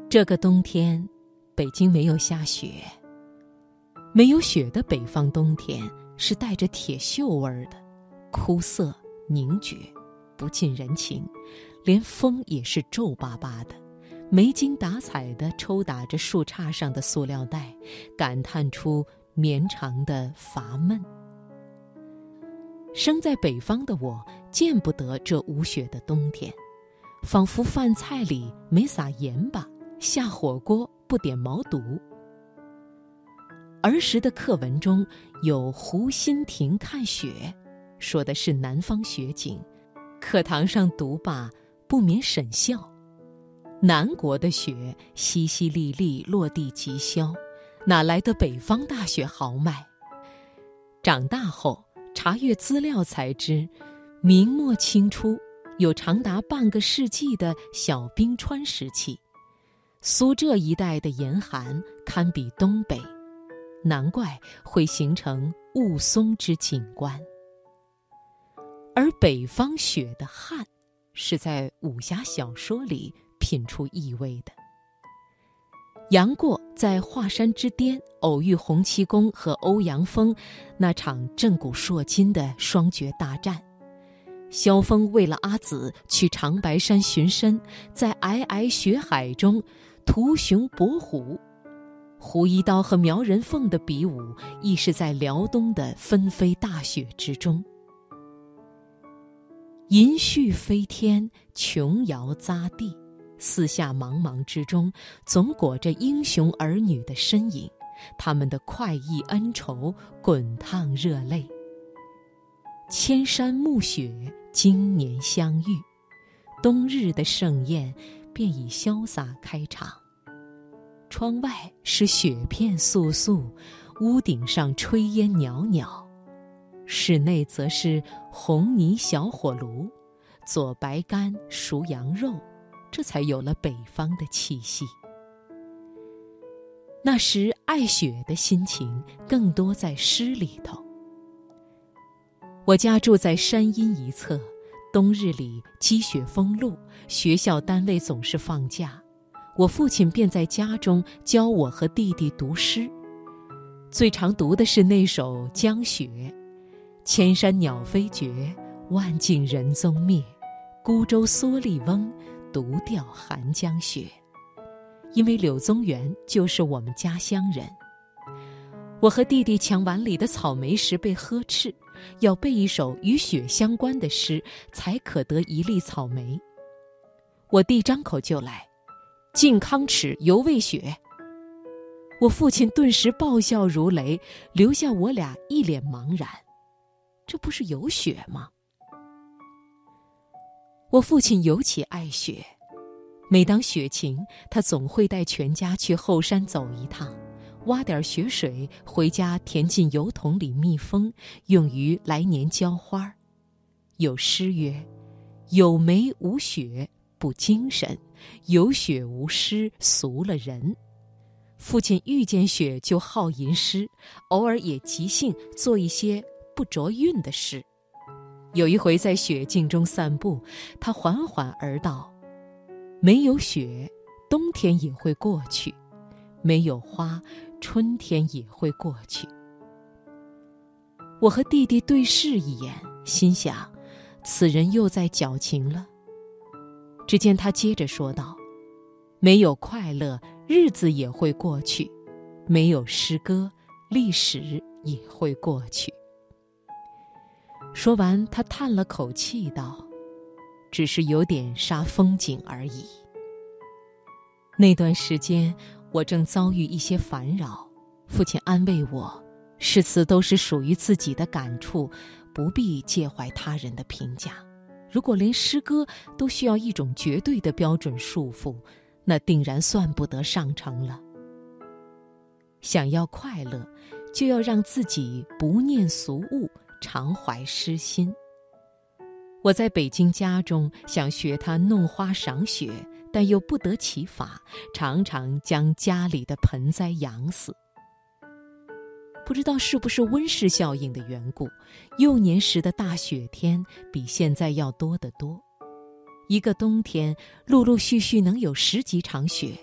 这个冬天，北京没有下雪。没有雪的北方冬天是带着铁锈味儿的，枯涩凝绝，不近人情，连风也是皱巴巴的，没精打采地抽打着树杈上的塑料袋，感叹出绵长的乏闷。生在北方的我见不得这无雪的冬天，仿佛饭菜里没撒盐巴，下火锅不点毛肚。儿时的课文中有湖心亭看雪，说的是南方雪景，课堂上读罢不免沈笑。南国的雪淅淅沥沥，落地即消，哪来的北方大雪豪迈？长大后查阅资料才知，明末清初有长达半个世纪的小冰川时期，苏浙一带的严寒堪比东北，难怪会形成雾凇之景观。而北方雪的旱是在武侠小说里品出意味的。杨过在华山之巅偶遇洪七公和欧阳锋那场震古烁今的双绝大战，萧峰为了阿紫去长白山寻参，在皑皑雪海中屠熊搏虎。胡一刀和苗人凤的比武亦是在辽东的纷飞大雪之中。银絮飞天，琼瑶匝地，四下茫茫之中总裹着英雄儿女的身影，他们的快意恩仇，滚烫热泪。千山暮雪，今年相遇，冬日的盛宴便已潇洒开场。窗外是雪片簌簌，屋顶上炊烟袅袅，室内则是红泥小火炉，做白干熟羊肉，这才有了北方的气息。那时爱雪的心情更多在诗里头。我家住在山阴一侧，冬日里积雪封路，学校单位总是放假，我父亲便在家中教我和弟弟读诗。最常读的是那首《江雪》：千山鸟飞绝，万径人踪灭，孤舟蓑笠翁，独钓寒江雪。因为柳宗元就是我们家乡人。我和弟弟抢碗里的草莓时被呵斥，要背一首与雪相关的诗，才可得一粒草莓。我弟张口就来：靖康耻，犹未雪。我父亲顿时爆笑如雷，留下我俩一脸茫然。这不是有雪吗？我父亲尤其爱雪，每当雪晴，他总会带全家去后山走一趟，挖点雪水回家填进油桶里密封，用于来年浇花。有诗曰：有梅无雪不精神，有雪无诗俗了人。父亲遇见雪就好吟诗，偶尔也即兴做一些不着韵的诗。有一回在雪径中散步，他缓缓而道：没有雪，冬天也会过去；没有花，春天也会过去。我和弟弟对视一眼，心想此人又在矫情了。只见他接着说道：没有快乐，日子也会过去；没有诗歌，历史也会过去。说完，他叹了口气道：只是有点煞风景而已。那段时间我正遭遇一些烦扰，父亲安慰我，诗词都是属于自己的感触，不必介怀他人的评价。如果连诗歌都需要一种绝对的标准束缚，那定然算不得上乘了。想要快乐，就要让自己不念俗物，常怀诗心。我在北京家中想学他弄花赏雪，但又不得其法，常常将家里的盆栽养死。不知道是不是温室效应的缘故，幼年时的大雪天比现在要多得多。一个冬天陆陆续续能有10几场雪，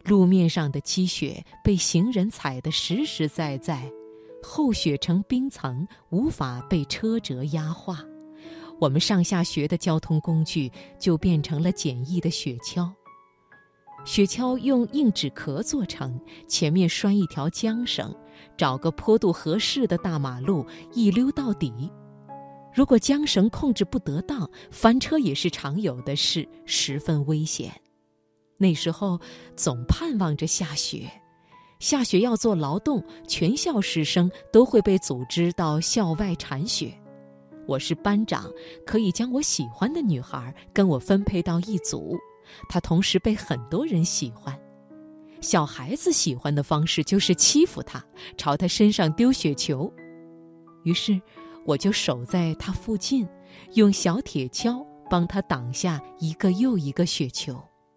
路面上的积雪被行人踩得实实在在，厚雪成冰层，无法被车辙压化。我们上下学的交通工具就变成了简易的雪橇。雪橇用硬纸壳做成，前面拴一条缰绳，找个坡度合适的大马路一溜到底。如果缰绳控制不得当，翻车也是常有的事，十分危险。那时候总盼望着下雪，下雪要做劳动，全校师生都会被组织到校外铲雪。我是班长，可以将我喜欢的女孩跟我分配到一组，她同时被很多人喜欢。小孩子喜欢的方式就是欺负她，朝她身上丢雪球。于是我就守在她附近，用小铁锹帮她挡下一个又一个雪球。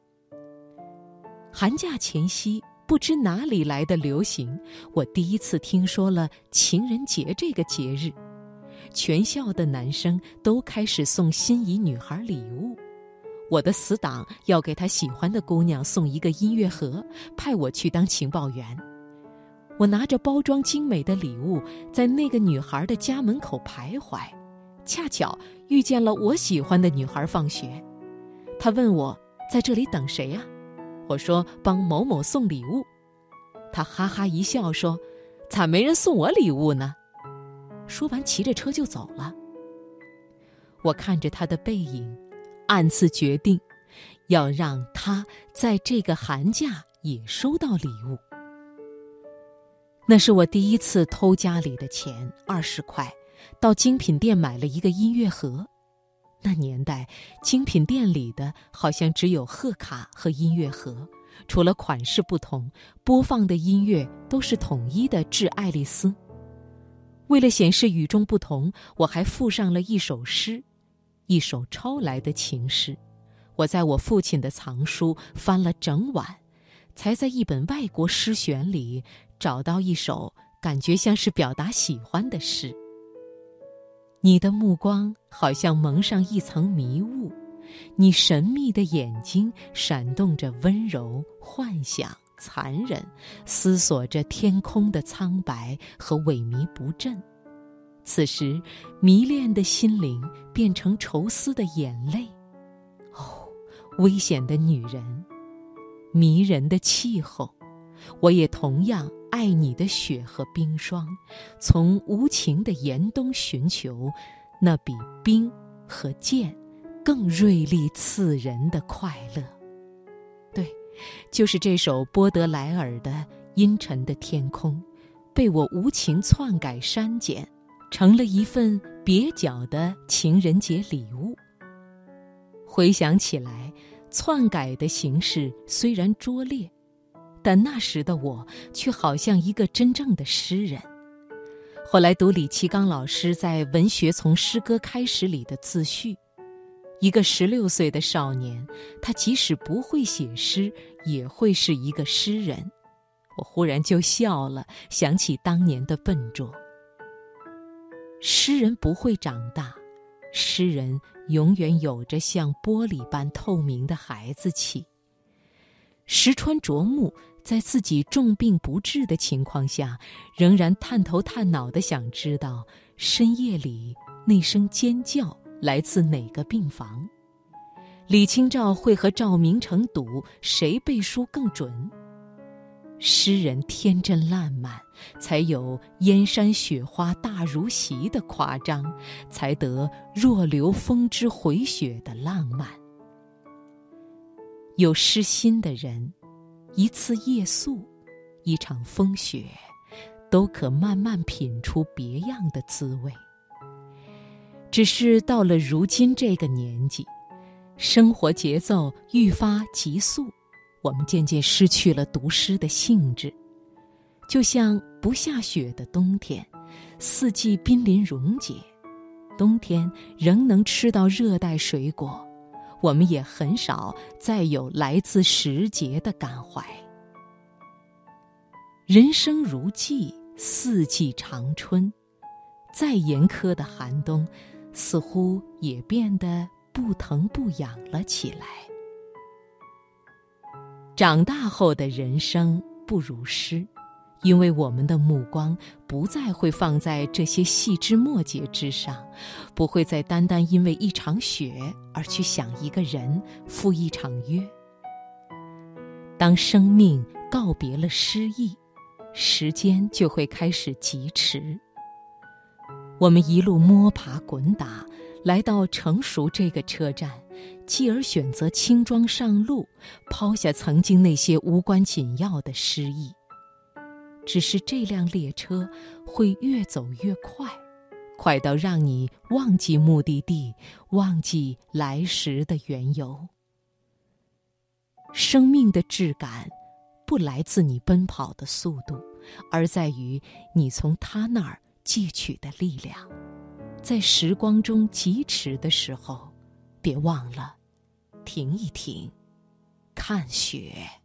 寒假前夕，不知哪里来的流行，我第一次听说了情人节这个节日。全校的男生都开始送心仪女孩礼物。我的死党要给他喜欢的姑娘送一个音乐盒，派我去当情报员。我拿着包装精美的礼物，在那个女孩的家门口徘徊，恰巧遇见了我喜欢的女孩放学。她问我在这里等谁呀？我说帮某某送礼物。她哈哈一笑说，咋没人送我礼物呢？说完骑着车就走了。我看着他的背影，暗自决定要让他在这个寒假也收到礼物。那是我第一次偷家里的钱，20块，到精品店买了一个音乐盒。那年代精品店里的好像只有贺卡和音乐盒，除了款式不同，播放的音乐都是统一的致爱丽丝。为了显示与众不同，我还附上了一首诗，一首抄来的情诗。我在我父亲的藏书翻了整晚，才在一本外国诗选里找到一首感觉像是表达喜欢的诗。你的目光好像蒙上一层迷雾，你神秘的眼睛闪动着温柔、幻想、残忍，思索着天空的苍白和萎靡不振。此时迷恋的心灵变成愁思的眼泪。哦，危险的女人，迷人的气候，我也同样爱你的雪和冰霜，从无情的严冬寻求那比冰和剑更锐利刺人的快乐。对，就是这首波德莱尔的《阴沉的天空》，被我无情篡改删减，成了一份蹩脚的情人节礼物。回想起来，篡改的形式虽然拙劣，但那时的我却好像一个真正的诗人。后来读李其刚老师在《文学从诗歌开始》里的自序，一个16岁的少年，他即使不会写诗，也会是一个诗人。我忽然就笑了，想起当年的笨拙。诗人不会长大，诗人永远有着像玻璃般透明的孩子气。石川啄木在自己重病不治的情况下，仍然探头探脑地想知道深夜里那声尖叫来自哪个病房。李清照会和赵明诚赌谁背书更准。诗人天真烂漫，才有燕山雪花大如席的夸张，才得若流风之回雪的浪漫。有诗心的人，一次夜宿，一场风雪，都可慢慢品出别样的滋味。只是到了如今这个年纪，生活节奏愈发急速，我们渐渐失去了读诗的兴致。就像不下雪的冬天，四季濒临溶解，冬天仍能吃到热带水果，我们也很少再有来自时节的感怀。人生如寄，四季长春，再严苛的寒冬似乎也变得不疼不痒了起来。 长大后的人生不如诗，因为我们的目光不再会放在这些细枝末节之上，不会再单单因为一场雪而去想一个人，赴一场约。当生命告别了诗意，时间就会开始疾驰。我们一路摸爬滚打，来到成熟这个车站，继而选择轻装上路，抛下曾经那些无关紧要的诗意。只是这辆列车会越走越快，快到让你忘记目的地，忘记来时的缘由。生命的质感不来自你奔跑的速度，而在于你从他那儿汲取的力量。在时光中疾驰的时候，别忘了停一停，看雪。